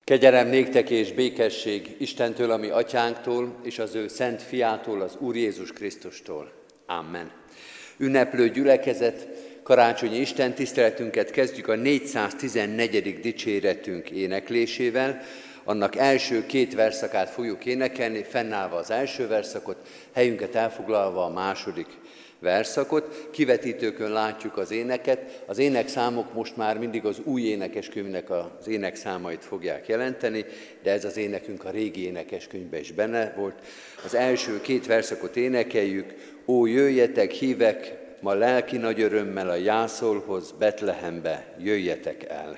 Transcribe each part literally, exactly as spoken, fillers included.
Kegyelem néktek és békesség Istentől, a mi atyánktól, és az ő szent fiától, az Úr Jézus Krisztustól. Amen. Ünneplő gyülekezet, karácsonyi Isten tiszteletünket kezdjük a négyszáztizennegyedik dicséretünk éneklésével. Annak első két verszakát fogjuk énekelni, fennállva az első verszakot, helyünket elfoglalva a második verszakot. Kivetítőkön látjuk az éneket. Az énekszámok most már mindig az új énekeskönyvnek az énekszámait fogják jelenteni, de ez az énekünk a régi énekeskönyvben is benne volt. Az első két verszakot énekeljük. Ó, jöjjetek, hívek, ma lelki nagy örömmel a jászolhoz, Betlehembe, jöjjetek el!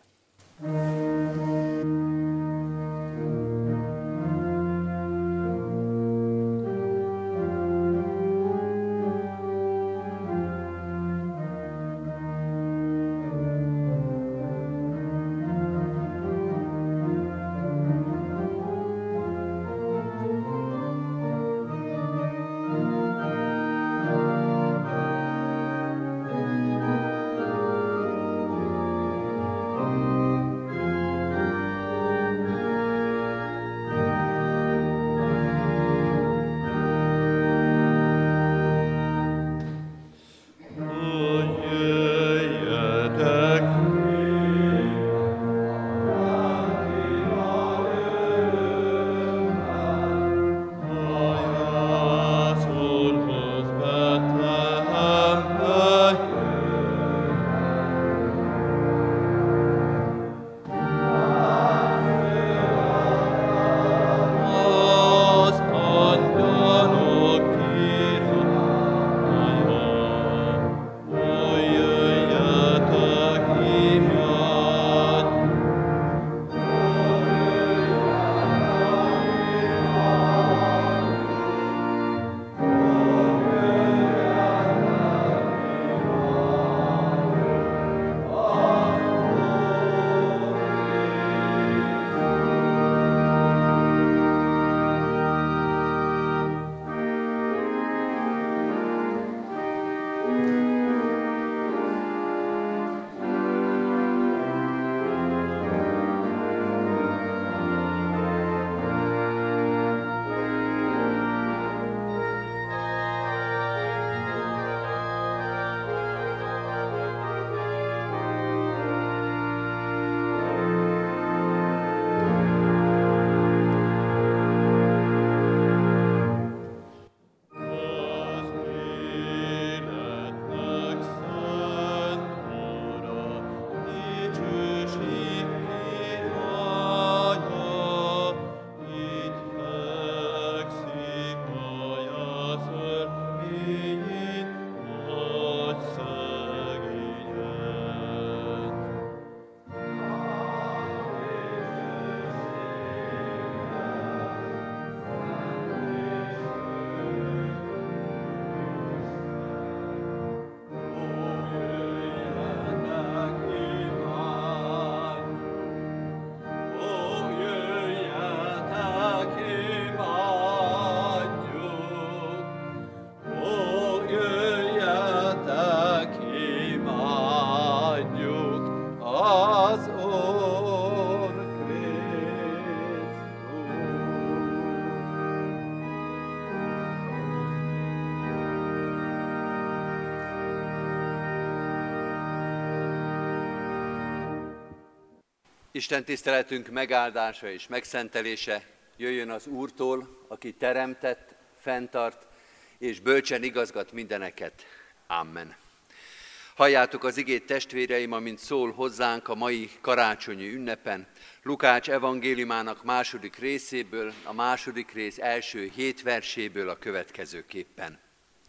Isten tiszteletünk megáldása és megszentelése jöjjön az Úrtól, aki teremtett, fenntart és bölcsen igazgat mindeneket. Amen. Halljátok az igét, testvéreim, amint szól hozzánk a mai karácsonyi ünnepen, Lukács evangéliumának második részéből, a második rész első hét verséből a következőképpen.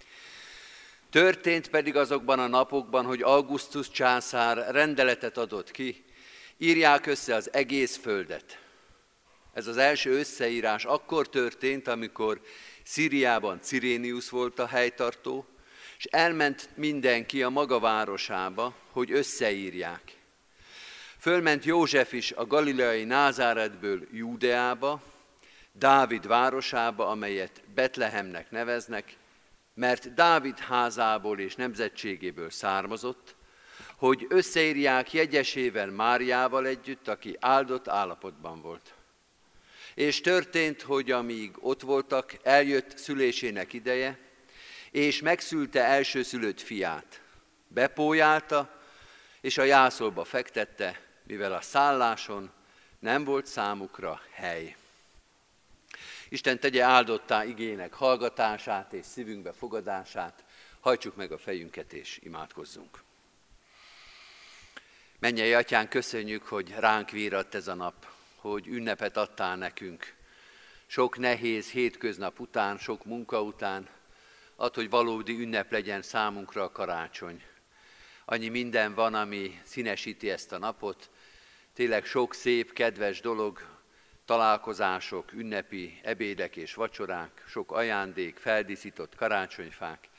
Történt pedig azokban a napokban, hogy Augustus császár rendeletet adott ki, írják össze az egész földet. Ez az első összeírás akkor történt, amikor Szíriában Cirénius volt a helytartó, és elment mindenki a maga városába, hogy összeírják. Fölment József is a galileai Názáretből Júdeába, Dávid városába, amelyet Betlehemnek neveznek, mert Dávid házából és nemzetségéből származott, hogy összeírják jegyesével Máriával együtt, aki áldott állapotban volt. És történt, hogy amíg ott voltak, eljött szülésének ideje, és megszülte elsőszülött fiát. Bepójálta, és a jászolba fektette, mivel a szálláson nem volt számukra hely. Isten tegye áldottá igének hallgatását és szívünkbe fogadását, hajtsuk meg a fejünket és imádkozzunk. Mennyei Atyánk, köszönjük, hogy ránk víradt ez a nap, hogy ünnepet adtál nekünk. Sok nehéz hétköznap után, sok munka után, add, hogy valódi ünnep legyen számunkra a karácsony. Annyi minden van, ami színesíti ezt a napot, tényleg sok szép, kedves dolog, találkozások, ünnepi ebédek és vacsorák, sok ajándék, feldíszított karácsonyfák.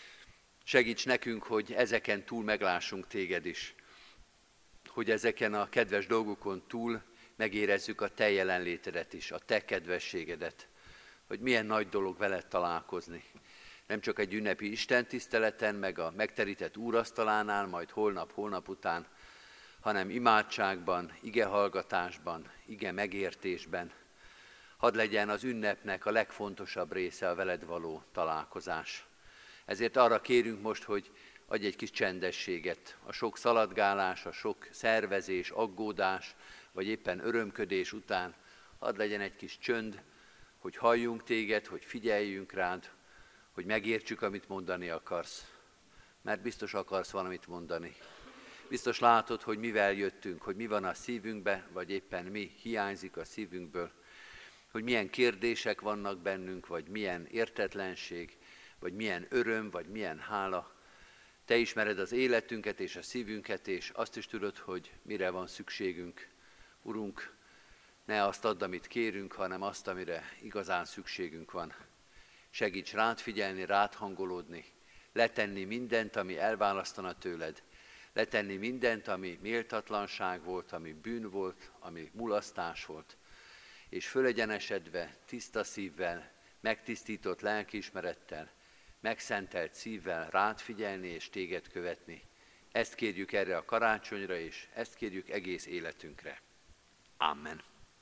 Segíts nekünk, hogy ezeken túl meglássunk téged is, hogy ezeken a kedves dolgokon túl megérezzük a te jelenlétedet is, a te kedvességedet, hogy milyen nagy dolog veled találkozni. Nem csak egy ünnepi istentiszteleten, meg a megterített úrasztalánál, majd holnap, holnap után, hanem imádságban, igehallgatásban, ige megértésben. Hadd legyen az ünnepnek a legfontosabb része a veled való találkozás. Ezért arra kérünk most, hogy adj egy kis csendességet. A sok szaladgálás, a sok szervezés, aggódás, vagy éppen örömködés után hadd legyen egy kis csönd, hogy halljunk téged, hogy figyeljünk rád, hogy megértsük, amit mondani akarsz. Mert biztos akarsz valamit mondani. Biztos látod, hogy mivel jöttünk, hogy mi van a szívünkbe, vagy éppen mi hiányzik a szívünkből, hogy milyen kérdések vannak bennünk, vagy milyen értetlenség, vagy milyen öröm, vagy milyen hála. Te ismered az életünket és a szívünket, és azt is tudod, hogy mire van szükségünk. Urunk, ne azt add, amit kérünk, hanem azt, amire igazán szükségünk van. Segíts rád figyelni, rád hangolódni, letenni mindent, ami elválasztana tőled, letenni mindent, ami méltatlanság volt, ami bűn volt, ami mulasztás volt, és fölegyenesedve, tiszta szívvel, megtisztított lelkiismerettel, megszentelt szívvel rád figyelni és téged követni. Ezt kérjük erre a karácsonyra, és ezt kérjük egész életünkre. Amen.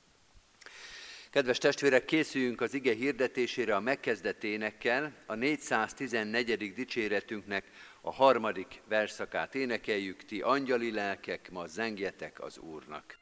Kedves testvérek, készüljünk az ige hirdetésére a megkezdett énekkel, a négyszáztizennegyedik dicséretünknek a harmadik versszakát énekeljük, ti angyali lelkek, ma zengjetek az Úrnak.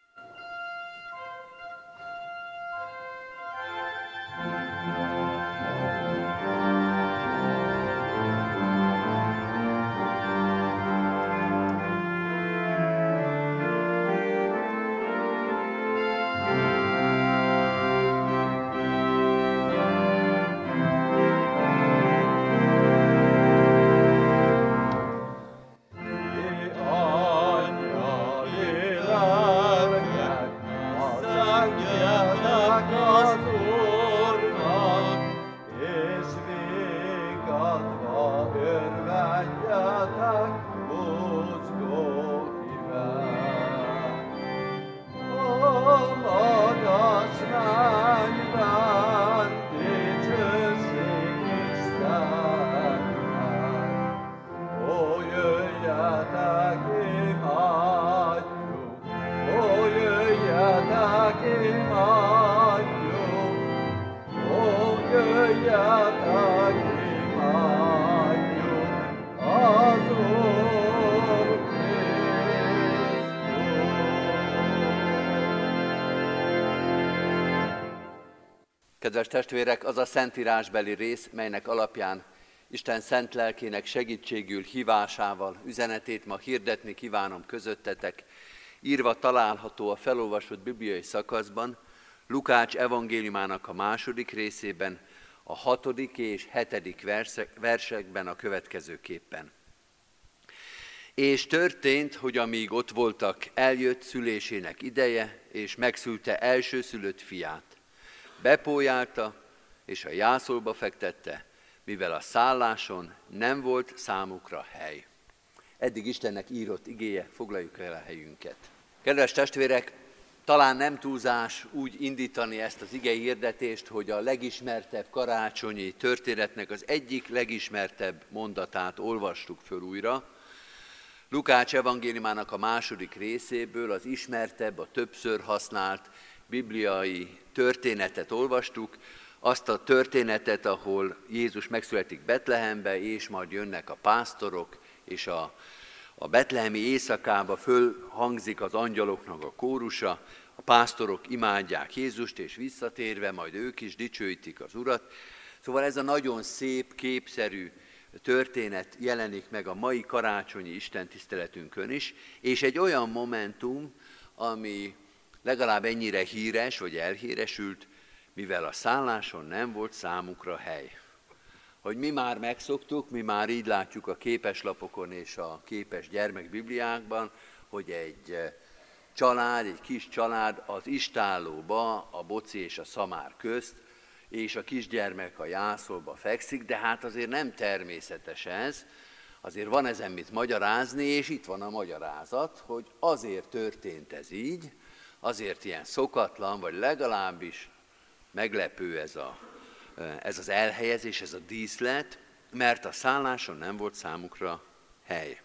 Kedves testvérek, az a szentírásbeli rész, melynek alapján Isten szent lelkének segítségül hívásával üzenetét ma hirdetni kívánom közöttetek, írva található a felolvasott bibliai szakaszban, Lukács evangéliumának a második részében, a hatodik és hetedik versekben a következőképpen. És történt, hogy amíg ott voltak, eljött szülésének ideje, és megszülte elsőszülött fiát. Bepójálta, és a jászolba fektette, mivel a szálláson nem volt számukra hely. Eddig Istennek írott igéje, foglaljuk el a helyünket. Kedves testvérek, talán nem túlzás úgy indítani ezt az igei hirdetést, hogy a legismertebb karácsonyi történetnek az egyik legismertebb mondatát olvastuk föl újra. Lukács evangéliumának a második részéből az ismertebb, a többször használt bibliai történetet olvastuk, azt a történetet, ahol Jézus megszületik Betlehembe, és majd jönnek a pásztorok, és a, a betlehemi éjszakába fölhangzik az angyaloknak a kórusa, a pásztorok imádják Jézust, és visszatérve majd ők is dicsőítik az Urat. Szóval ez a nagyon szép, képszerű történet jelenik meg a mai karácsonyi istentiszteletünkön is, és egy olyan momentum, ami legalább ennyire híres, vagy elhíresült, mivel a szálláson nem volt számukra hely. Hogy mi már megszoktuk, mi már így látjuk a képeslapokon és a képes gyermekbibliákban, hogy egy család, egy kis család az istállóba, a boci és a szamár közt, és a kisgyermek a jászolba fekszik, de hát azért nem természetes ez, azért van ezen mit magyarázni, és itt van a magyarázat, hogy azért történt ez így, azért ilyen szokatlan, vagy legalábbis meglepő ez, a, ez az elhelyezés, ez a díszlet, mert a szálláson nem volt számukra hely.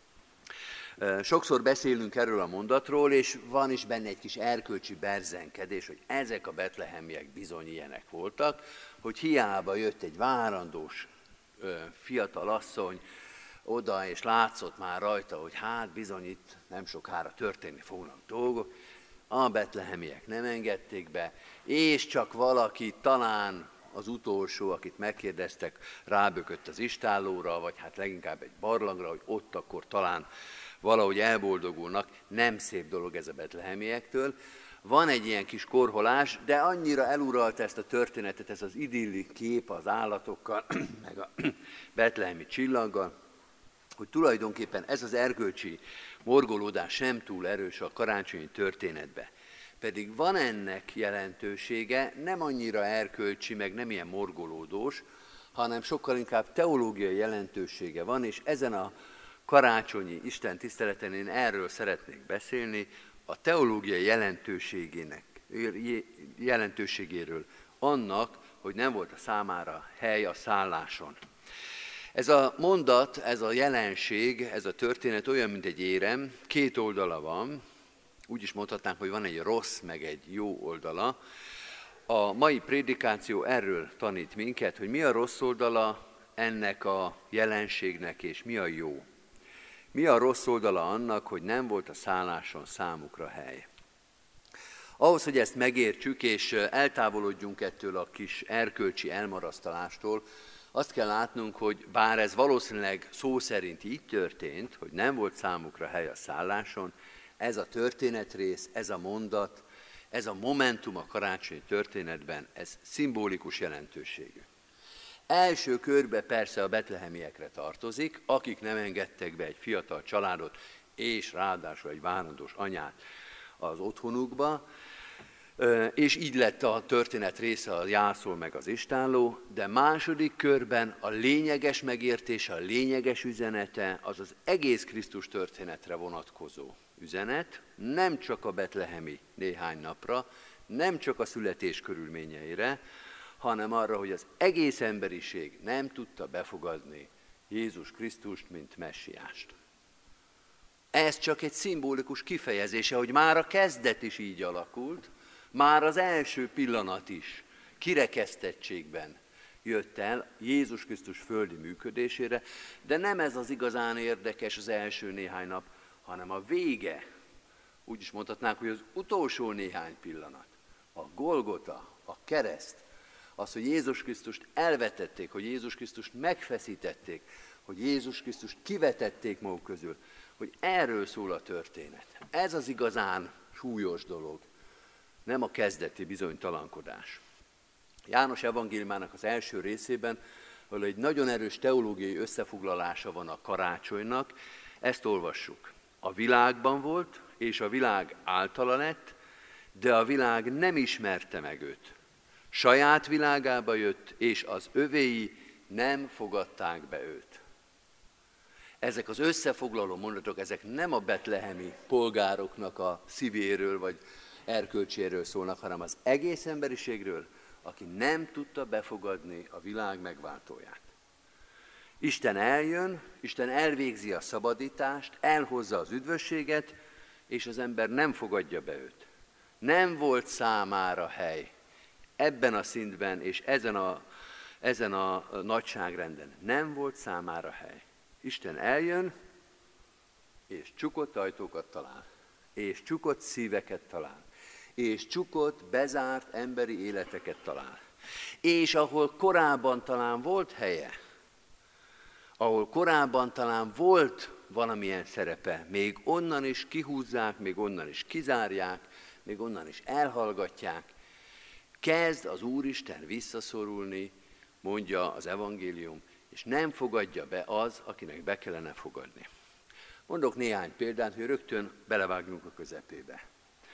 Sokszor beszélünk erről a mondatról, és van is benne egy kis erkölcsi berzenkedés, hogy ezek a betlehemiek bizony ilyenek voltak, hogy hiába jött egy várandós fiatal asszony oda, és látszott már rajta, hogy hát bizony itt nem sokára történni fognak dolgok, a betlehemiek nem engedték be, és csak valaki, talán az utolsó, akit megkérdeztek, rábökött az istállóra, vagy hát leginkább egy barlangra, hogy ott akkor talán valahogy elboldogulnak. Nem szép dolog ez a betlehemiektől. Van egy ilyen kis korholás, de annyira eluralta ezt a történetet, ez az idilli kép az állatokkal, meg a betlehemi csillaggal, hogy tulajdonképpen ez az erkölcsi morgolódás sem túl erős a karácsonyi történetbe. Pedig van ennek jelentősége, nem annyira erkölcsi, meg nem ilyen morgolódós, hanem sokkal inkább teológiai jelentősége van, és ezen a karácsonyi Isten tiszteleten én erről szeretnék beszélni, a teológiai jelentőségének, jelentőségéről, annak, hogy nem volt a számára hely a szálláson. Ez a mondat, ez a jelenség, ez a történet olyan, mint egy érem, két oldala van, úgy is mondhatnánk, hogy van egy rossz, meg egy jó oldala. A mai prédikáció erről tanít minket, hogy mi a rossz oldala ennek a jelenségnek, és mi a jó. Mi a rossz oldala annak, hogy nem volt a szálláson számukra hely. Ahhoz, hogy ezt megértsük, és eltávolodjunk ettől a kis erkölcsi elmarasztalástól, azt kell látnunk, hogy bár ez valószínűleg szó szerint így történt, hogy nem volt számukra hely a szálláson, ez a történetrész, ez a mondat, ez a momentum a karácsonyi történetben, ez szimbolikus jelentőségű. Első körbe persze a betlehemiekre tartozik, akik nem engedtek be egy fiatal családot, és ráadásul egy várandós anyát az otthonukba, és így lett a történet része a jászol meg az istálló, de második körben a lényeges megértése, a lényeges üzenete az az egész Krisztus történetre vonatkozó üzenet, nem csak a betlehemi néhány napra, nem csak a születés körülményeire, hanem arra, hogy az egész emberiség nem tudta befogadni Jézus Krisztust, mint messiást. Ez csak egy szimbolikus kifejezése, hogy már a kezdet is így alakult, már az első pillanat is kirekesztettségben jött el Jézus Krisztus földi működésére, de nem ez az igazán érdekes az első néhány nap, hanem a vége. Úgy is mondhatnánk, hogy az utolsó néhány pillanat, a Golgota, a kereszt, az, hogy Jézus Krisztust elvetették, hogy Jézus Krisztust megfeszítették, hogy Jézus Krisztust kivetették maguk közül, hogy erről szól a történet. Ez az igazán súlyos dolog, nem a kezdeti bizonytalankodás. János evangéliumának az első részében, ahol egy nagyon erős teológiai összefoglalása van a karácsonynak, ezt olvassuk. A világban volt, és a világ általa lett, de a világ nem ismerte meg őt. Saját világába jött, és az övéi nem fogadták be őt. Ezek az összefoglaló mondatok, ezek nem a betlehemi polgároknak a szívéről vagy erkölcséről szólnak, hanem az egész emberiségről, aki nem tudta befogadni a világ megváltóját. Isten eljön, Isten elvégzi a szabadítást, elhozza az üdvösséget, és az ember nem fogadja be őt. Nem volt számára hely ebben a szintben és ezen a, ezen a nagyságrenden. Nem volt számára hely. Isten eljön, és csukott ajtókat talál, és csukott szíveket talál, és csukott, bezárt emberi életeket talál. És ahol korábban talán volt helye, ahol korábban talán volt valamilyen szerepe, még onnan is kihúzzák, még onnan is kizárják, még onnan is elhallgatják. Kezd az Úristen visszaszorulni, mondja az evangélium, és nem fogadja be az, akinek be kellene fogadni. Mondok néhány példát, hogy rögtön belevágjunk a közepébe.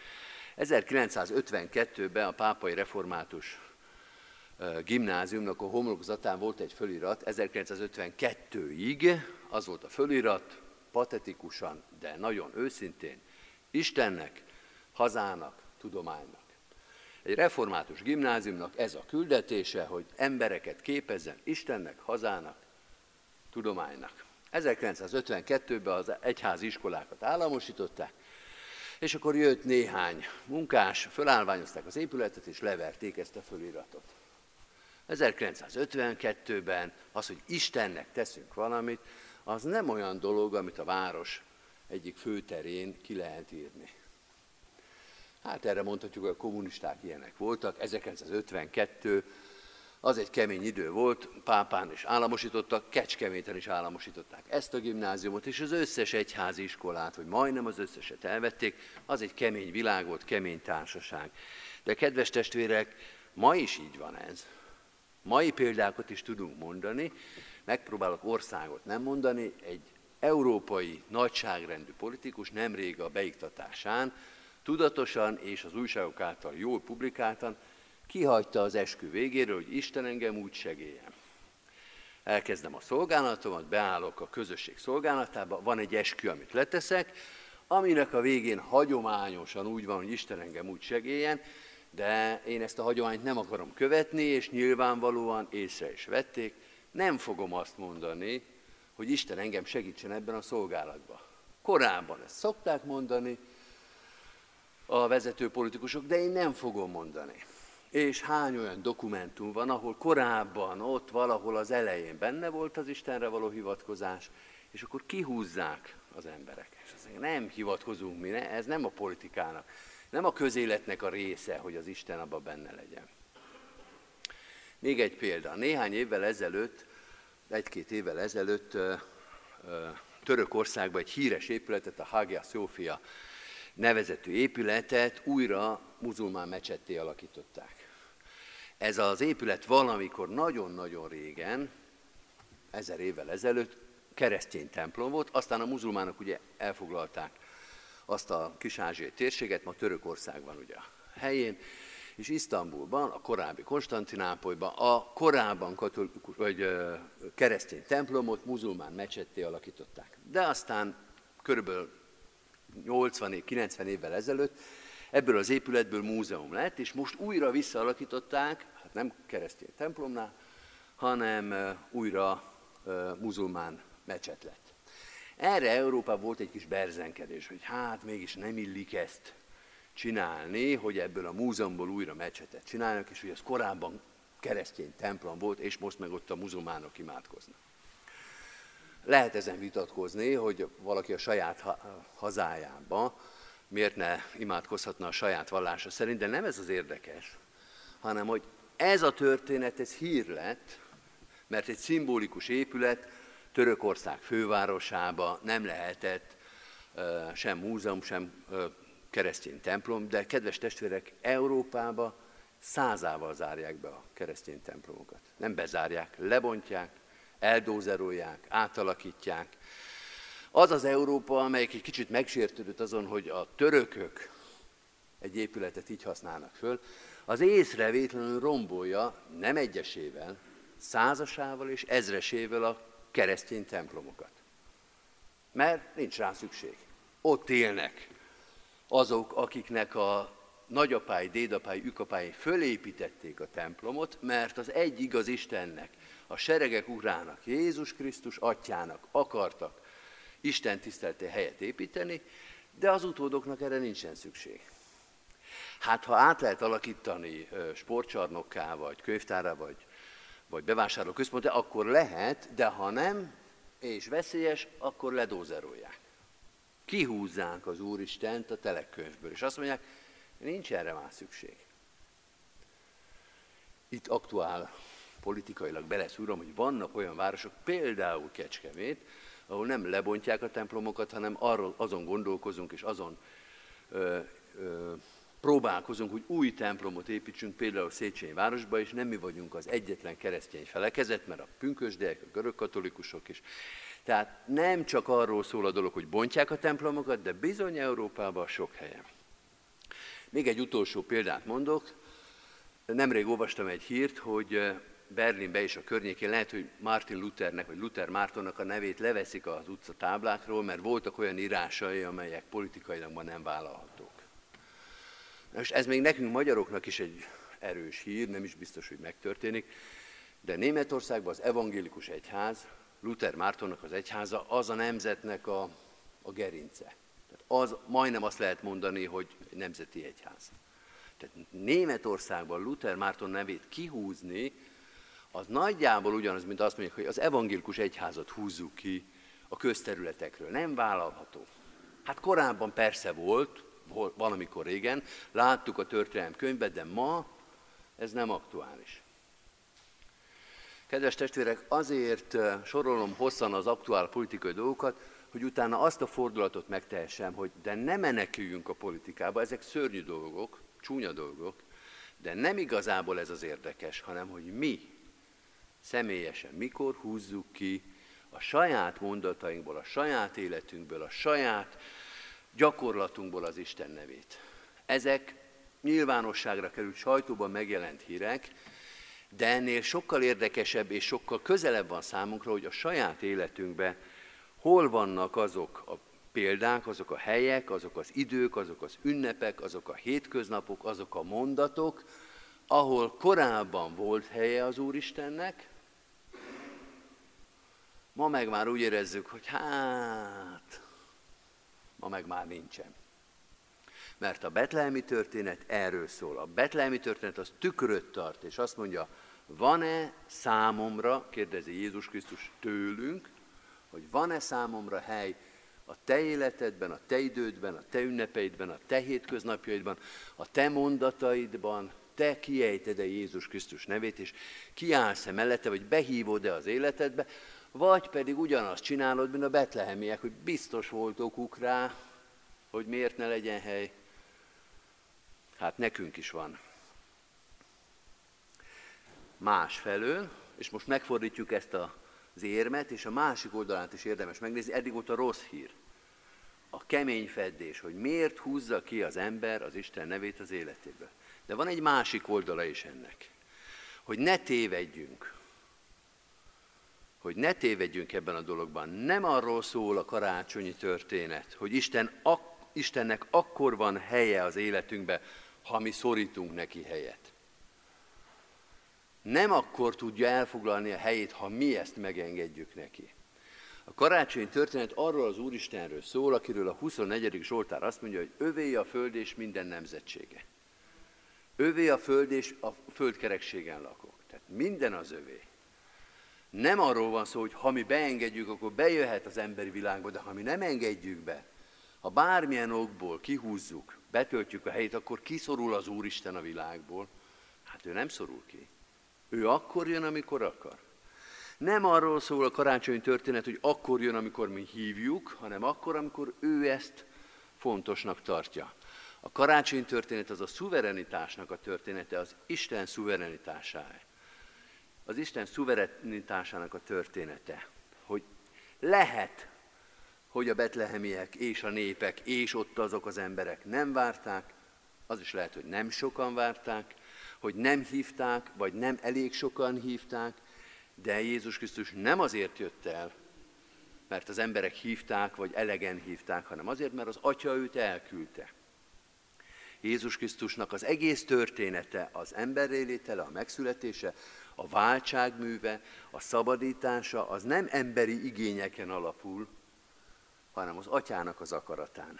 ezerkilencszázötvenkettőben a Pápai Református Gimnáziumnak a homlokzatán volt egy fölirat, ezerkilencszázötvenkettőig az volt a fölirat, patetikusan, de nagyon őszintén, Istennek, hazának, tudománynak. Egy református gimnáziumnak ez a küldetése, hogy embereket képezzen Istennek, hazának, tudománynak. ezerkilencszázötvenkettőben az egyházi iskolákat államosították, és akkor jött néhány munkás, fölállványozták az épületet, és leverték ezt a föliratot. ezerkilencszázötvenkettőben az, hogy Istennek teszünk valamit, az nem olyan dolog, amit a város egyik főterén ki lehet írni. Hát erre mondhatjuk, hogy a kommunisták ilyenek voltak. ezerkilencszázötvenkettő az egy kemény idő volt, Pápán is államosítottak, Kecskeméten is államosították ezt a gimnáziumot, és az összes egyházi iskolát, vagy majdnem az összeset elvették, az egy kemény világ volt, kemény társaság. De kedves testvérek, ma is így van ez. Mai példákat is tudunk mondani, megpróbálok országot nem mondani, egy európai nagyságrendű politikus nemrég a beiktatásán tudatosan és az újságok által jól publikáltan kihagyta az eskü végéről, hogy Isten engem úgy segéljen. Elkezdem a szolgálatomat, beállok a közösség szolgálatába, van egy eskü, amit leteszek, aminek a végén hagyományosan úgy van, hogy Isten engem úgy segéljen, de én ezt a hagyományt nem akarom követni, és nyilvánvalóan észre is vették, nem fogom azt mondani, hogy Isten engem segítsen ebben a szolgálatban. Korábban ezt szokták mondani a vezető politikusok, de én nem fogom mondani. És hány olyan dokumentum van, ahol korábban, ott valahol az elején benne volt az Istenre való hivatkozás, és akkor kihúzzák az emberek. És azt mondják, nem hivatkozunk mi, ne? Ez nem a politikának, nem a közéletnek a része, hogy az Isten abban benne legyen. Még egy példa. Néhány évvel ezelőtt, egy-két évvel ezelőtt ö, ö, Törökországban egy híres épületet, a Hagia Sophia nevezetű épületet újra muzulmán mecsetté alakították. Ez az épület valamikor nagyon-nagyon régen, ezer évvel ezelőtt keresztény templom volt, aztán a muzulmánok ugye elfoglalták azt a kis-ázsiai térséget, ma Törökország van ugye a helyén, és Isztambulban, a korábbi Konstantinápolyban a korábban katolikus, vagy ö, keresztény templomot muzulmán mecsetté alakították. De aztán körülbelül nyolcvan-kilencven évvel ezelőtt ebből az épületből múzeum lett, és most újra visszaalakították, hát nem keresztény templomnál, hanem uh, újra uh, muzulmán mecset lett. Erre Európában volt egy kis berzenkedés, hogy hát mégis nem illik ezt csinálni, hogy ebből a múzeumból újra mecsetet csinálnak, és hogy az korábban keresztény templom volt, és most meg ott a muzulmánok imádkoznak. Lehet ezen vitatkozni, hogy valaki a saját hazájában miért ne imádkozhatna a saját vallása szerint, de nem ez az érdekes, hanem hogy ez a történet, ez hír lett, mert egy szimbolikus épület Törökország fővárosába nem lehetett uh, sem múzeum, sem uh, keresztény templom, de kedves testvérek, Európába százával zárják be a keresztény templomokat. Nem bezárják, lebontják, eldózerolják, átalakítják. Az az Európa, amelyik egy kicsit megsértődött azon, hogy a törökök egy épületet így használnak föl, az észrevétlenül rombolja nem egyesével, százasával és ezresével a keresztény templomokat. Mert nincs rá szükség. Ott élnek azok, akiknek a nagyapái, dédapái, ükapái fölépítették a templomot, mert az egy igaz Istennek, a seregek urának, Jézus Krisztus atyának akartak Isten tiszteleti helyet építeni, de az utódoknak erre nincsen szükség. Hát ha át lehet alakítani sportcsarnokká, vagy könyvtárra, vagy, vagy bevásárlóközpontra, akkor lehet, de ha nem, és veszélyes, akkor ledózerolják. Kihúzzák az Úristent a telekönyvből, és azt mondják, nincs erre már szükség. Itt aktuál politikailag beleszúrom, hogy vannak olyan városok, például Kecskemét, ahol nem lebontják a templomokat, hanem arról, azon gondolkozunk, és azon ö, ö, próbálkozunk, hogy új templomot építsünk, például Széchenyi városba, és nem mi vagyunk az egyetlen keresztény felekezet, mert a pünkösdiek, a görögkatolikusok is. Tehát nem csak arról szól a dolog, hogy bontják a templomokat, de bizony Európában sok helyen. Még egy utolsó példát mondok. Nemrég olvastam egy hírt, hogy Berlinbe és a környékén lehet, hogy Martin Luthernek, vagy Luther Mártonnak a nevét leveszik az utcatáblákról, mert voltak olyan írásai, amelyek politikailag ma nem vállalhatók. Most ez még nekünk magyaroknak is egy erős hír, nem is biztos, hogy megtörténik, de Németországban az evangélikus egyház, Luther Mártonnak az egyháza, az a nemzetnek a, a gerince. Tehát az, majdnem azt lehet mondani, hogy nemzeti egyház. Tehát Németországban Luther Márton nevét kihúzni, az nagyjából ugyanaz, mint azt mondjuk, hogy az evangélikus egyházat húzzuk ki a közterületekről. Nem vállalható. Hát korábban persze volt, valamikor régen, láttuk a történelem könyvben, de ma ez nem aktuális. Kedves testvérek, azért sorolom hosszan az aktuál politikai dolgokat, hogy utána azt a fordulatot megtehessem, hogy de ne meneküljünk a politikába, ezek szörnyű dolgok, csúnya dolgok, de nem igazából ez az érdekes, hanem hogy mi személyesen mikor húzzuk ki a saját mondatainkból, a saját életünkből, a saját gyakorlatunkból az Isten nevét. Ezek nyilvánosságra került, sajtóban megjelent hírek, de ennél sokkal érdekesebb és sokkal közelebb van számunkra, hogy a saját életünkben hol vannak azok a példák, azok a helyek, azok az idők, azok az ünnepek, azok a hétköznapok, azok a mondatok, ahol korábban volt helye az Úristennek, ma meg már úgy érezzük, hogy hát, ma meg már nincsen. Mert a betlehemi történet erről szól. A betlehemi történet az tükröt tart, és azt mondja, van-e számomra, kérdezi Jézus Krisztus tőlünk, hogy van-e számomra hely a te életedben, a te idődben, a te ünnepeidben, a te hétköznapjaidban, a te mondataidban, te kiejted-e Jézus Krisztus nevét, és kiállsz-e mellette, vagy behívod-e az életedbe, vagy pedig ugyanazt csinálod, mint a betlehemiek, hogy biztos volt okuk rá, hogy miért ne legyen hely. Hát nekünk is van. Másfelől, és most megfordítjuk ezt az érmet, és a másik oldalát is érdemes megnézni, eddig volt a rossz hír. A kemény feddés, hogy miért húzza ki az ember az Isten nevét az életéből. De van egy másik oldala is ennek, hogy ne tévedjünk. Hogy ne tévedjünk ebben a dologban. Nem arról szól a karácsonyi történet, hogy Isten ak- Istennek akkor van helye az életünkben, ha mi szorítunk neki helyet. Nem akkor tudja elfoglalni a helyét, ha mi ezt megengedjük neki. A karácsonyi történet arról az Úristenről szól, akiről a huszonnegyedik Zsoltár azt mondja, hogy övé a föld és minden nemzetsége. Övé a föld és a földkerekségen lakók. Tehát minden az övé. Nem arról van szó, hogy ha mi beengedjük, akkor bejöhet az emberi világba, de ha mi nem engedjük be, ha bármilyen okból kihúzzuk, betöltjük a helyét, akkor kiszorul az Úristen a világból. Hát ő nem szorul ki. Ő akkor jön, amikor akar. Nem arról szól a karácsonyi történet, hogy akkor jön, amikor mi hívjuk, hanem akkor, amikor ő ezt fontosnak tartja. A karácsonyi történet az a szuverenitásnak a története, az Isten szuverenitására. Az Isten szuverenitásának a története, hogy lehet, hogy a betlehemiek és a népek és ott azok az emberek nem várták, az is lehet, hogy nem sokan várták, hogy nem hívták, vagy nem elég sokan hívták, de Jézus Krisztus nem azért jött el, mert az emberek hívták, vagy elegen hívták, hanem azért, mert az Atya őt elküldte. Jézus Krisztusnak az egész története, az emberré létele, a megszületése, a váltságműve, a szabadítása, az nem emberi igényeken alapul, hanem az Atyának az akaratán.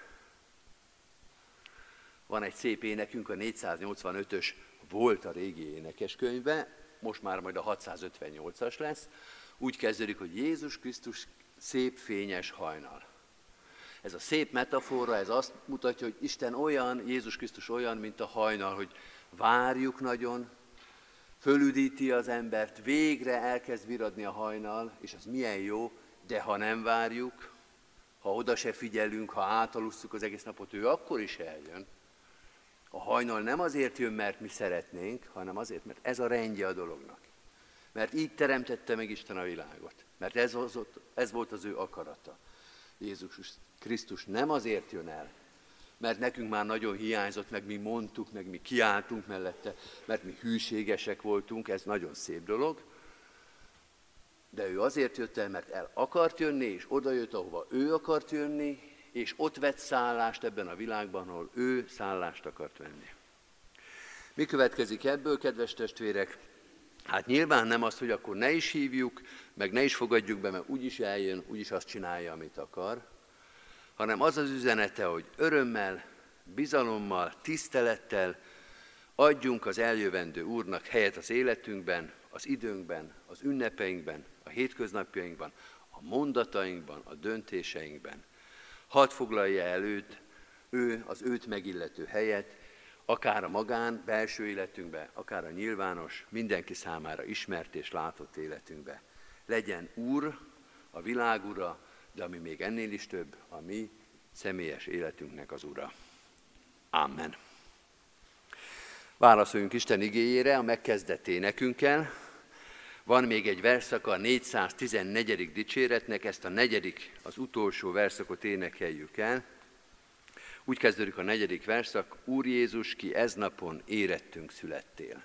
Van egy szép énekünk, a négyszáznyolcvanötös volt a régi énekeskönyvbe, most már majd a hatszázötvennyolcas lesz. Úgy kezdődik, hogy Jézus Krisztus szép fényes hajnal. Ez a szép metafora, ez azt mutatja, hogy Isten olyan, Jézus Krisztus olyan, mint a hajnal, hogy várjuk nagyon, fölüdíti az embert, végre elkezd viradni a hajnal, és az milyen jó, de ha nem várjuk, ha oda se figyelünk, ha átalusszuk az egész napot, ő akkor is eljön. A hajnal nem azért jön, mert mi szeretnénk, hanem azért, mert ez a rendje a dolognak. Mert így teremtette meg Isten a világot. Mert ez, az, ez volt az ő akarata. Jézus Krisztus nem azért jön el, mert nekünk már nagyon hiányzott, meg mi mondtuk, meg mi kiálltunk mellette, mert mi hűségesek voltunk, ez nagyon szép dolog. De ő azért jött el, mert el akart jönni, és oda jött, ahova ő akart jönni, és ott vett szállást ebben a világban, ahol ő szállást akart venni. Mi következik ebből, kedves testvérek? Hát nyilván nem az, hogy akkor ne is hívjuk, meg ne is fogadjuk be, mert úgyis eljön, úgyis azt csinálja, amit akar, hanem az az üzenete, hogy örömmel, bizalommal, tisztelettel adjunk az eljövendő Úrnak helyet az életünkben, az időnkben, az ünnepeinkben, a hétköznapjainkban, a mondatainkban, a döntéseinkben. Hadd foglalja el őt, ő az őt megillető helyet, akár a magán, belső életünkbe, akár a nyilvános, mindenki számára ismert és látott életünkbe. Legyen Úr, a világ ura, de ami még ennél is több, a mi személyes életünknek az ura. Amen. Válaszoljunk Isten igéjére a megkezdett énekünkkel. Van még egy verszaka a négyszáztizennegyedik dicséretnek, ezt a negyedik, az utolsó verszakot énekeljük el. Úgy kezdődik a negyedik verszak, Úr Jézus, ki ez napon érettünk születtél.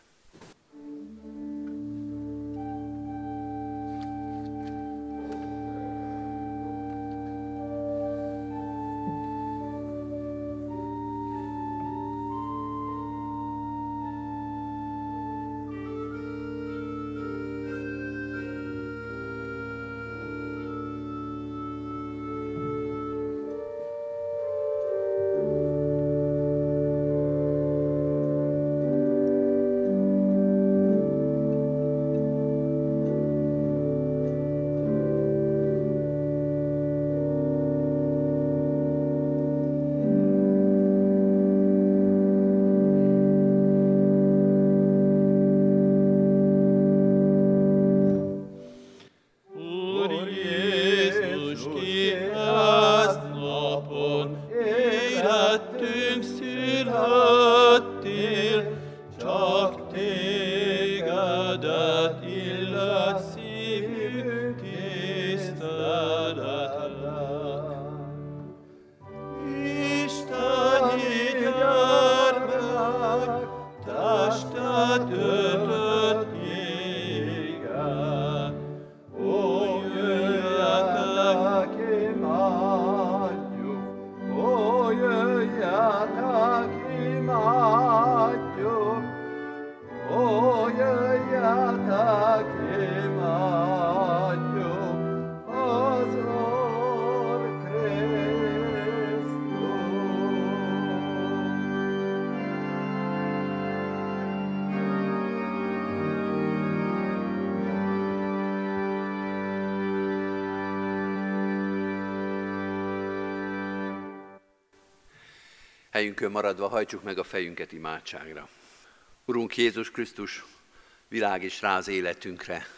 Helyünkön maradva hajtsuk meg a fejünket imádságra. Urunk Jézus Krisztus, világ is rá az életünkre.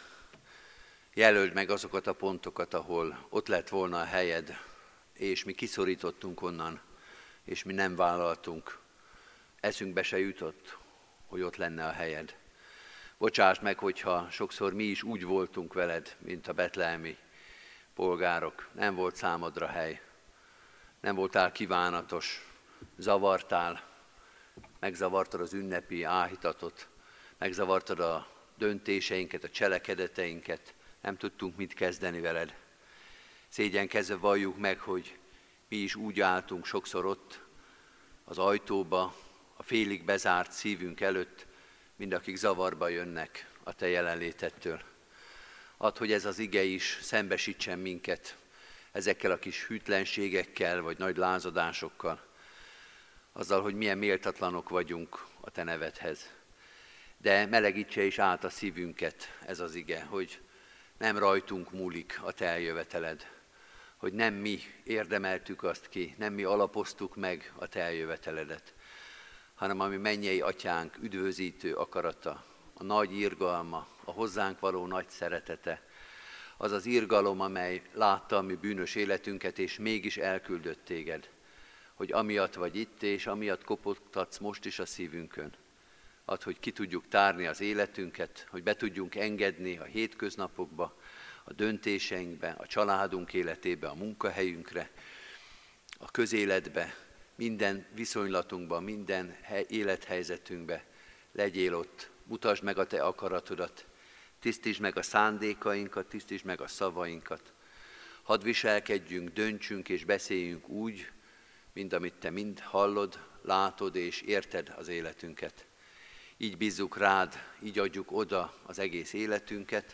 Jelöld meg azokat a pontokat, ahol ott lett volna a helyed, és mi kiszorítottunk onnan, és mi nem vállaltunk. Eszünkbe se jutott, hogy ott lenne a helyed. Bocsásd meg, hogyha sokszor mi is úgy voltunk veled, mint a betlehemi polgárok. Nem volt számodra hely, nem voltál kívánatos, zavartál, megzavartad az ünnepi áhítatot, megzavartad a döntéseinket, a cselekedeteinket, nem tudtunk mit kezdeni veled. Szégyenkezve valljuk meg, hogy mi is úgy álltunk sokszor ott az ajtóba, a félig bezárt szívünk előtt, mind akik zavarba jönnek a Te jelenlétettől. Add, hogy ez az ige is szembesítsen minket ezekkel a kis hűtlenségekkel, vagy nagy lázadásokkal, azzal, hogy milyen méltatlanok vagyunk a Te nevedhez. De melegítse is át a szívünket ez az ige, hogy nem rajtunk múlik a Te eljöveteled, hogy nem mi érdemeltük azt ki, nem mi alapoztuk meg a Te eljöveteledet, hanem ami mennyei atyánk üdvözítő akarata, a nagy irgalma, a hozzánk való nagy szeretete, az az irgalom, amely látta a mi bűnös életünket, és mégis elküldött téged, hogy amiatt vagy itt, és amiatt kopogtatsz most is a szívünkön. Add, hogy ki tudjuk tárni az életünket, hogy be tudjunk engedni a hétköznapokba, a döntéseinkbe, a családunk életébe, a munkahelyünkre, a közéletbe, minden viszonylatunkban, minden élethelyzetünkbe. Legyél ott, mutasd meg a Te akaratodat, tisztítsd meg a szándékainkat, tisztítsd meg a szavainkat. Hadd viselkedjünk, döntsünk és beszéljünk úgy, mint amit Te mind hallod, látod és érted az életünket. Így bízzuk rád, így adjuk oda az egész életünket,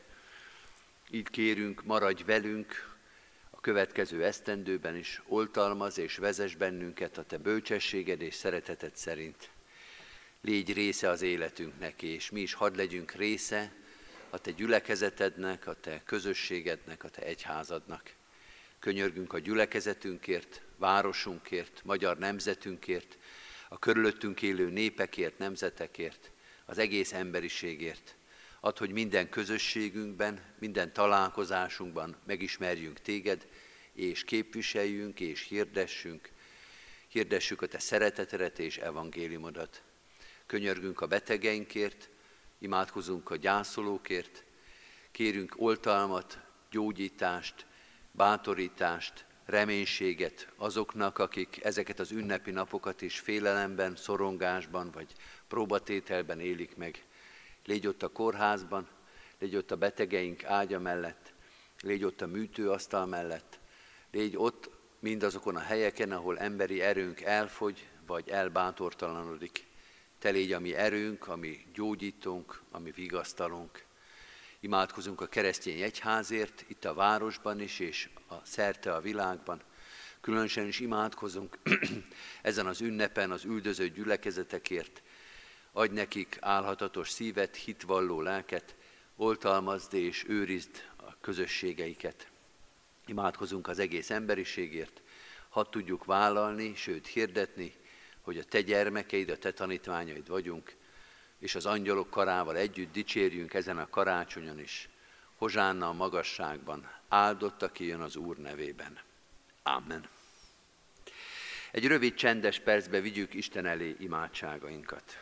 így kérünk, maradj velünk a következő esztendőben is, oltalmaz és vezess bennünket a Te bölcsességed és szereteted szerint. Légy része az életünknek, és mi is hadd legyünk része a Te gyülekezetednek, a Te közösségednek, a Te egyházadnak. Könyörgünk a gyülekezetünkért, városunkért, magyar nemzetünkért, a körülöttünk élő népekért, nemzetekért, az egész emberiségért. Add, hogy minden közösségünkben, minden találkozásunkban megismerjünk Téged, és képviseljünk, és hirdessünk, hirdessük a Te szeretetedet és evangéliumodat. Könyörgünk a betegeinkért, imádkozunk a gyászolókért, kérünk oltalmat, gyógyítást, bátorítást, reménységet azoknak, akik ezeket az ünnepi napokat is félelemben, szorongásban vagy próbatételben élik meg. Légy ott a kórházban, légy ott a betegeink ágya mellett, légy ott a műtőasztal mellett, légy ott mindazokon a helyeken, ahol emberi erőnk elfogy vagy elbátortalanodik. Te légy a mi erőnk, a mi gyógyítónk, a mi vigasztalónk. Imádkozunk a keresztény egyházért, itt a városban is, és a szerte a világban. Különösen is imádkozunk ezen az ünnepen az üldözött gyülekezetekért. Adj nekik álhatatos szívet, hitvalló lelket, oltalmazd és őrizd a közösségeiket. Imádkozunk az egész emberiségért, hadd tudjuk vállalni, sőt hirdetni, hogy a Te gyermekeid, a Te tanítványaid vagyunk, és az angyalok karával együtt dicsérjünk ezen a karácsonyon is. Hozsánna a magasságban, áldott, aki jön az Úr nevében. Amen. Egy rövid csendes percbe vigyük Isten elé imádságainkat.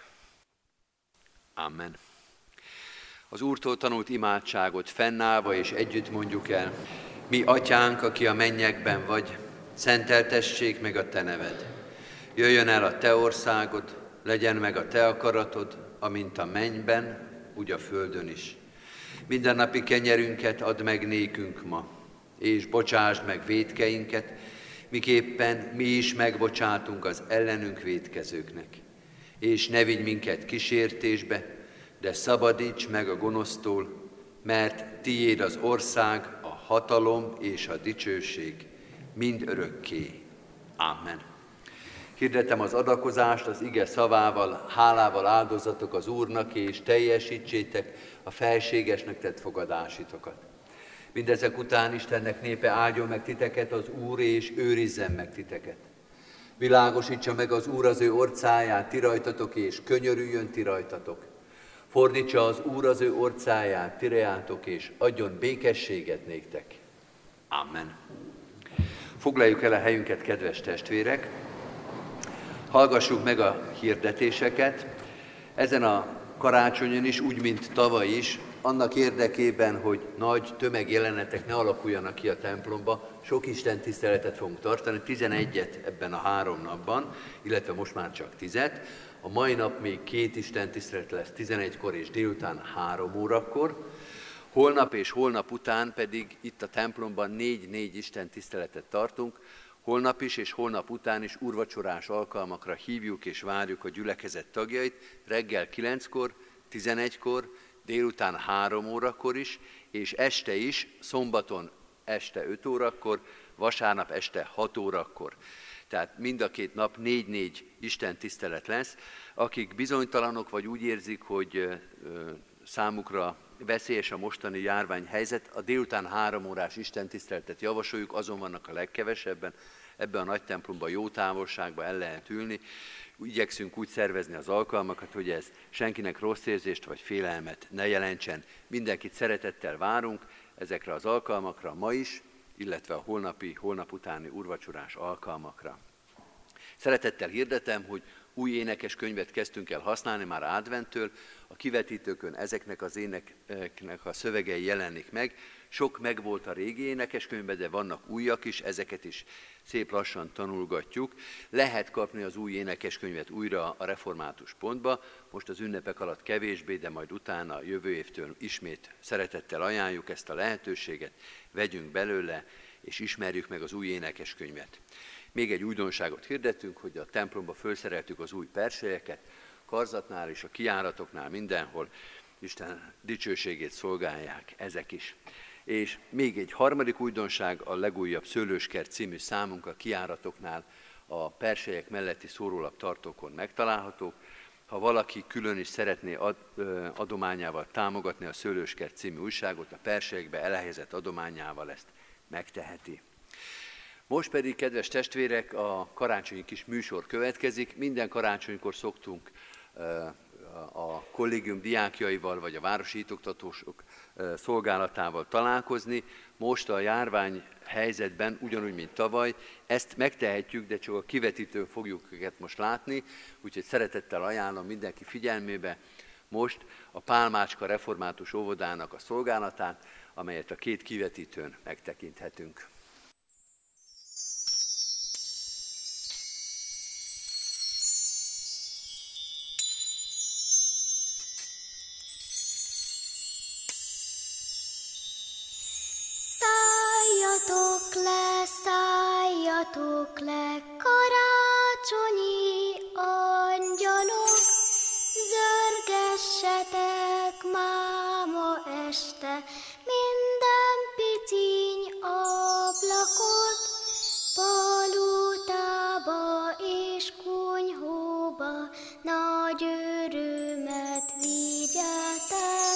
Amen. Az Úrtól tanult imádságot fennállva és együtt mondjuk el. Mi atyánk, aki a mennyekben vagy, szenteltessék meg a Te neved. Jöjjön el a Te országod, legyen meg a Te akaratod, amint a mennyben, úgy a földön is. Mindennapi kenyerünket add meg nékünk ma, és bocsásd meg vétkeinket, miképpen mi is megbocsátunk az ellenünk vétkezőknek. És ne vigy minket kísértésbe, de szabadíts meg a gonosztól, mert tiéd az ország, a hatalom és a dicsőség mind örökké. Amen. Hirdetem az adakozást az ige szavával, hálával áldozatok az Úrnak, és teljesítsétek a felségesnek tett fogadásitokat. Mindezek után Istennek népe áldjon meg titeket az Úr, és őrizzen meg titeket. Világosítsa meg az Úr az ő orcáját ti rajtatok, és könyörüljön ti rajtatok. Fordítsa az Úr az ő orcáját ti reátok, és adjon békességet néktek. Amen. Foglaljuk el a helyünket, kedves testvérek. Hallgassuk meg a hirdetéseket. Ezen a karácsonyon is, úgy, mint tavaly is, annak érdekében, hogy nagy tömegjelenetek ne alakuljanak ki a templomba, sok Isten tiszteletet fogunk tartani, tizenegyet ebben a három napban, illetve most már csak tízet. A mai nap még két Isten tisztelet lesz, tizenegykor és délután három órakor. Holnap és holnap után pedig itt a templomban négy-négy Isten tiszteletet tartunk, Holnap is és holnap után is úrvacsorás alkalmakra hívjuk és várjuk a gyülekezet tagjait, reggel kilenckor, tizenegykor, délután három órakor is, és este is, szombaton este öt órakor, vasárnap este hat órakor. Tehát mind a két nap négy-négy Isten tisztelet lesz. Akik bizonytalanok, vagy úgy érzik, hogy számukra veszélyes a mostani járványhelyzet, a délután három órás istentiszteletet javasoljuk, azon vannak a legkevesebben, ebben a nagy templomban jó távolságban el lehet ülni. Igyekszünk úgy szervezni az alkalmakat, hogy ez senkinek rossz érzést vagy félelmet ne jelentsen. Mindenkit szeretettel várunk ezekre az alkalmakra ma is, illetve a holnapi, holnap utáni úrvacsorás alkalmakra. Szeretettel hirdetem, hogy új énekeskönyvet kezdtünk el használni már adventtől, a kivetítőkön ezeknek az éneknek a szövegei jelenik meg. Sok megvolt a régi énekeskönyvben, de vannak újak is, ezeket is szép lassan tanulgatjuk. Lehet kapni az új énekeskönyvet újra a református pontba, most az ünnepek alatt kevésbé, de majd utána jövő évtől ismét szeretettel ajánljuk ezt a lehetőséget, vegyünk belőle, és ismerjük meg az új énekeskönyvet. Még egy újdonságot hirdettünk, hogy a templomba felszereltük az új perselyeket, karzatnál és a kijáratoknál mindenhol Isten dicsőségét szolgálják ezek is. És még egy harmadik újdonság, a legújabb Szőlőskert című számunk a kijáratoknál a perselyek melletti szórólaptartókon megtalálhatók. Ha valaki külön is szeretné ad, ö, adományával támogatni a Szőlőskert című újságot, a perselyekbe elhelyezett adományával ezt megteheti. Most pedig, kedves testvérek, a karácsonyi kis műsor következik. Minden karácsonykor szoktunk a kollégium diákjaival vagy a városi hitoktatósok szolgálatával találkozni. Most a járvány helyzetben, ugyanúgy, mint tavaly, ezt megtehetjük, de csak a kivetítőn fogjuk őket most látni, úgyhogy szeretettel ajánlom mindenki figyelmébe most a Pálmácska Református Óvodának a szolgálatát, amelyet a két kivetítőn megtekinthetünk. Szálljatok le, szálljatok le, karácsonyi angyalok, zörgessetek máma este minden piciny ablakot, palotába és kunyhóba nagy örömet vigyetek,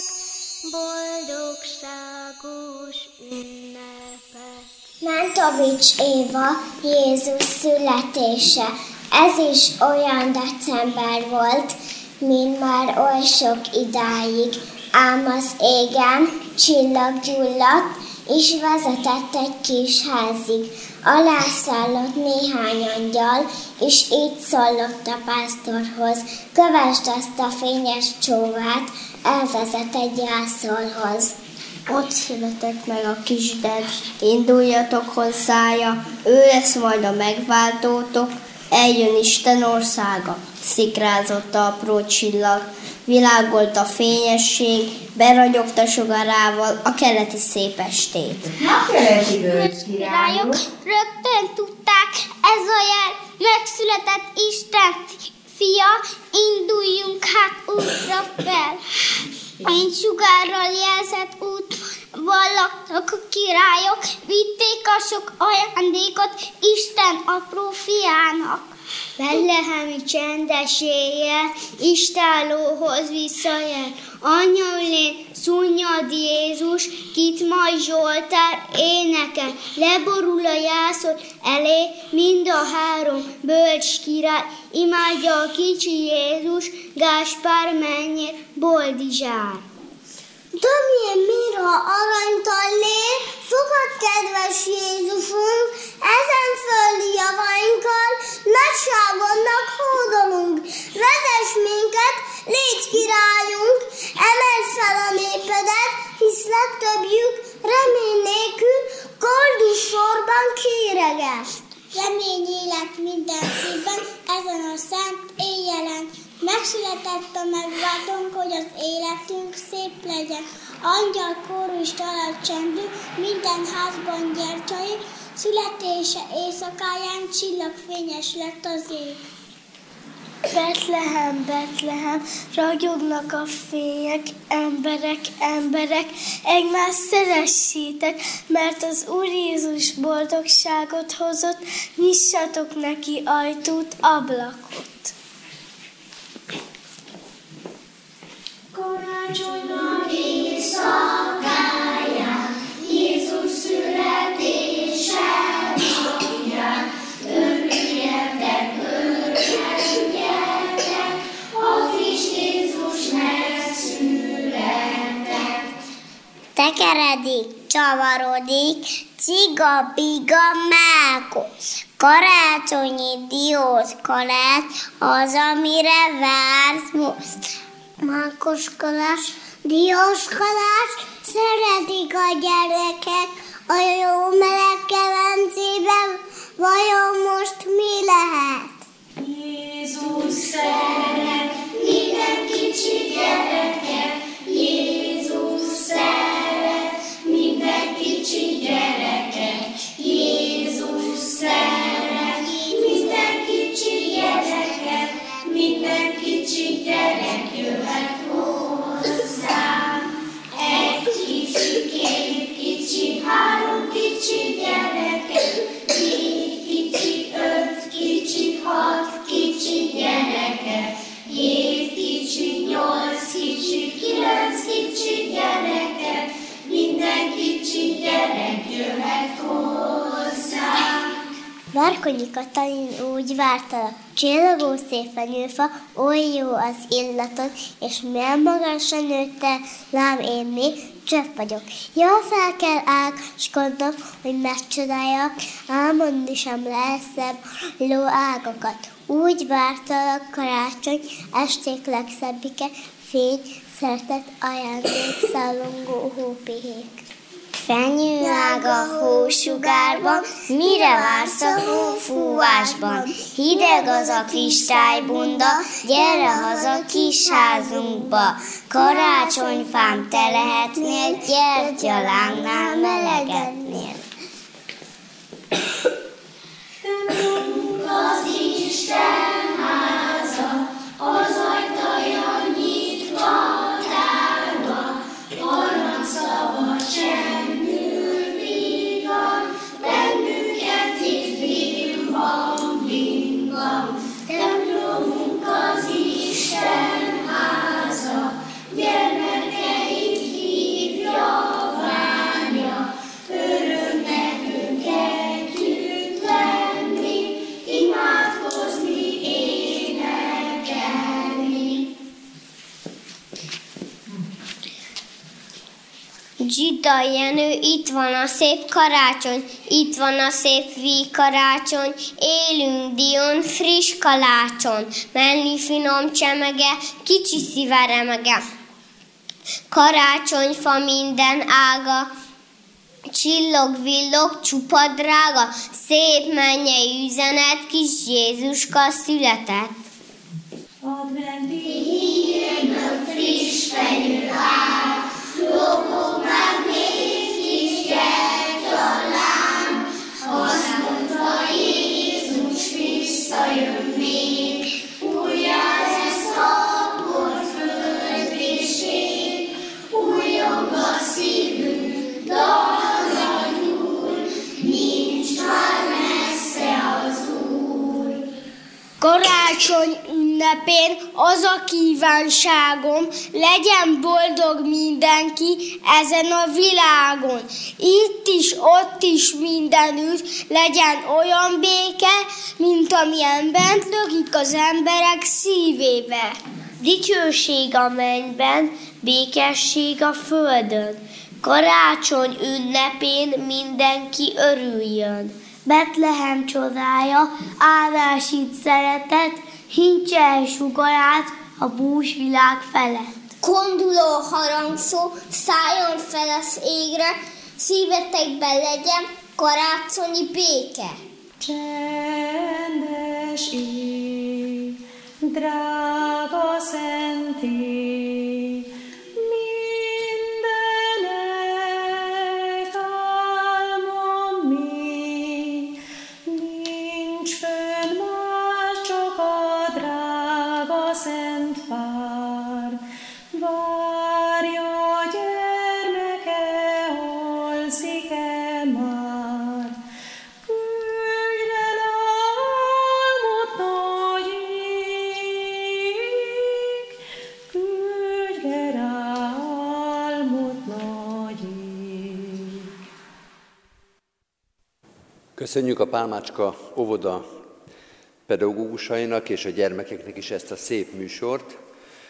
boldogságos ünnepet. Mentovics Éva, Jézus születése. Ez is olyan december volt, mint már oly sok idáig, ám az égen csillag gyulladt, és vezetett egy kis házig. Alászállott néhány angyal, és így szólott a pásztorhoz: kövesd azt a fényes csóvát, elvezet egy jászolhoz. Ott született meg a kisded, induljatok hozzája, ő lesz majd a megváltótok, eljön Isten országa. Szikrázott a apró csillag, világolt a fényesség, beragyogta sugarával a keleti szép estét. Napkeleti bölcskirályok Rögtön tudták, ez a jel, megszületett Isten fia, induljunk hát útra fel. Egy sugárral jelzett út laktak a királyok, vitték a sok ajándékot Isten apró fiának. Betlehemi csendes éjjel, istállóhoz visszajel, anyaülén szunnyad Jézus, kit majd Zsoltár énekel, leborul a jászol elé, mind a három bölcs király, imádja a kicsi Jézus, Gáspár mennyér, Boldizsár. Dömjén mirha aranytal lér, fogad kedves Jézusunk, ezen földi javainkkal, nagyságodnak hódolunk. Vezess minket, légy királyunk, emelj fel a népedet, hisz legtöbbjük remény nélkül koldus sorban kéreget. Remény élet minden szívben, ezen a szent éjjelen. Megszületett a megváltónk, hogy az életünk szép legyen. Angyal kórus dalal csendül, minden házban gyertyai, Születése éjszakáján csillagfényes lett az ég. Betlehem, Betlehem, ragyognak a fények, emberek, emberek, egymást szeressétek, mert az Úr Jézus boldogságot hozott, nyissatok neki ajtót, ablakot. Karácsonynak éjszakáján, Jézus születése napján, örüljetek, örüljetek, az is Jézus megszületett. Tekeredik, csavarodik, ciga-biga mákos, karácsonyi dióska lett az, amire vársz most. Mákoskodás, dióskodás, szeretik a gyerekek a jó meleg kemencében, vajon most mi lehet? Jézus szeret minden kicsi gyereket, Jézus szeret minden kicsi gyereket, Jézus szeret minden kicsi gyereket, minden kicsi gyerek jöhet hozzám. Egy kicsi, két kicsi, három kicsi gyereket, négy kicsi, öt kicsi, hat kicsi gyereket, hét kicsi, nyolc kicsi, kilenc kicsi gyereket, minden kicsi gyerek jöhet hozzám. Várkonyi Katalin úgy vártalak, csillagó szép fenyőfa, oly jó az illatod, és milyen magasra nőttel, lám én még csöpp vagyok. Jól fel kell ágaskodnom, hogy megcsodáljak, álmodni sem lehet szebb ló ágakat. Úgy vártalak karácsony, esték legszebbike, fény, szeretet, ajándék, szálongó hópihék. Fenyőág a hósugárban, mire vársz a hófúvásban? Hideg az a kristálybunda, gyere haza kis házunkba. Karácsonyfán te lehetnél, gyertyalángnál melegednél. Templomunk az Isten háza, az ajtaja nyitva tárva, aranyszava csendül vígan, bennünket is bimbam, bimbam. Templomunk az Isten háza, gyermekeit hívja, várja, öröm nekünk együtt lenni, imádkozni, énekelni. Zsida Jenő, itt van a szép karácsony, itt van a szép vígkarácsony, élünk dión, friss kalácson, menni finom csemege, kicsi szíve remege. Karácsonyfa minden ága, csillog, villog, csupa drága, szép mennyei üzenet, kis Jézuska született. Adventi hírnök friss fenyő áll, lógok már négy kis gyertyalám, azt mondta Jézus visszajön még, újjá lesz akkor földvéség, újjong a szívünk, dallja nyúl, nincs már messze az Úr. Karácsony ünnepén az a kívánságom, legyen boldog mindenki ezen a világon. Itt is, ott is, mindenütt legyen olyan béke, mint amilyen bent lökik az emberek szívébe. Dicsőség a mennyben, békesség a földön. Karácsony ünnepén mindenki örüljön. Betlehem csodája, áldás itt szeretet, hintse el sugarát a bús világ felett. Konduló harangszó szálljon fel az égre, szívetekben legyen karácsonyi béke. Csendes ég, drága szent ég, mindenek álmom mi Köszönjük a Pálmácska óvoda pedagógusainak és a gyermekeknek is ezt a szép műsort.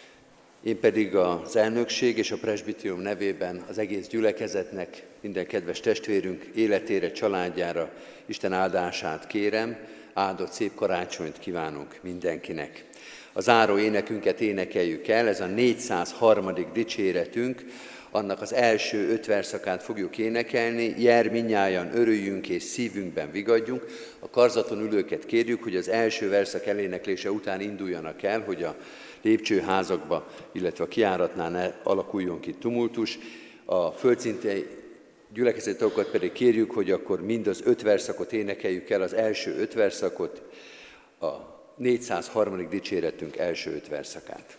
Én pedig az elnökség és a presbitérium nevében az egész gyülekezetnek, minden kedves testvérünk életére, családjára Isten áldását kérem, áldott szép karácsonyt kívánunk mindenkinek. A záró énekünket énekeljük el, ez a négyszázharmadik dicséretünk, annak az első öt verszakát fogjuk énekelni, jár minnyájan örüljünk és szívünkben vigadjunk. A karzaton ülőket kérjük, hogy az első verszak eléneklése után induljanak el, hogy a lépcsőházakba, illetve a kijáratnál ne alakuljon ki tumultus. A földszintei gyülekezeti tagokat pedig kérjük, hogy akkor mind az öt verszakot énekeljük el, az első öt verszakot, a négyszázharmadik dicséretünk első öt verszakát.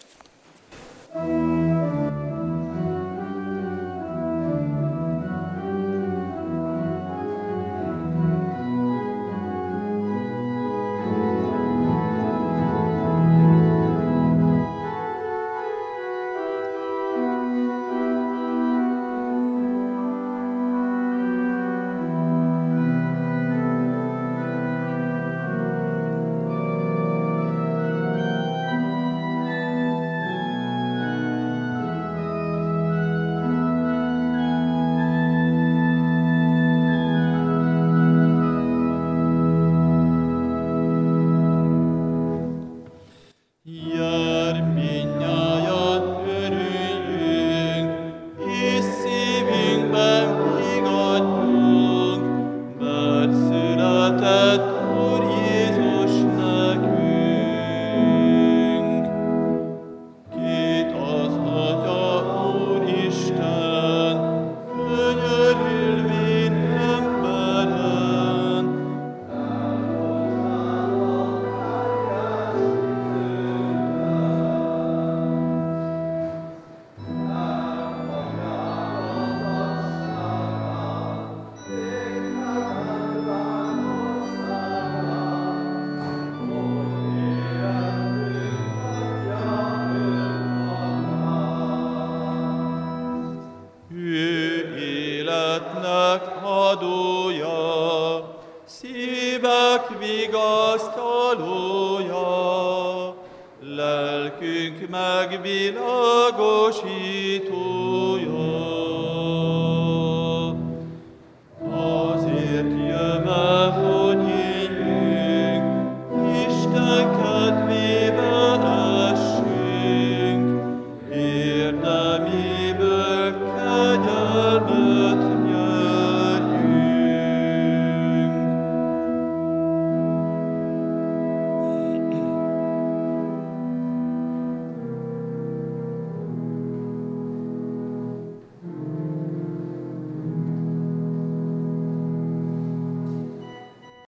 Lelkünk megvilágosítója.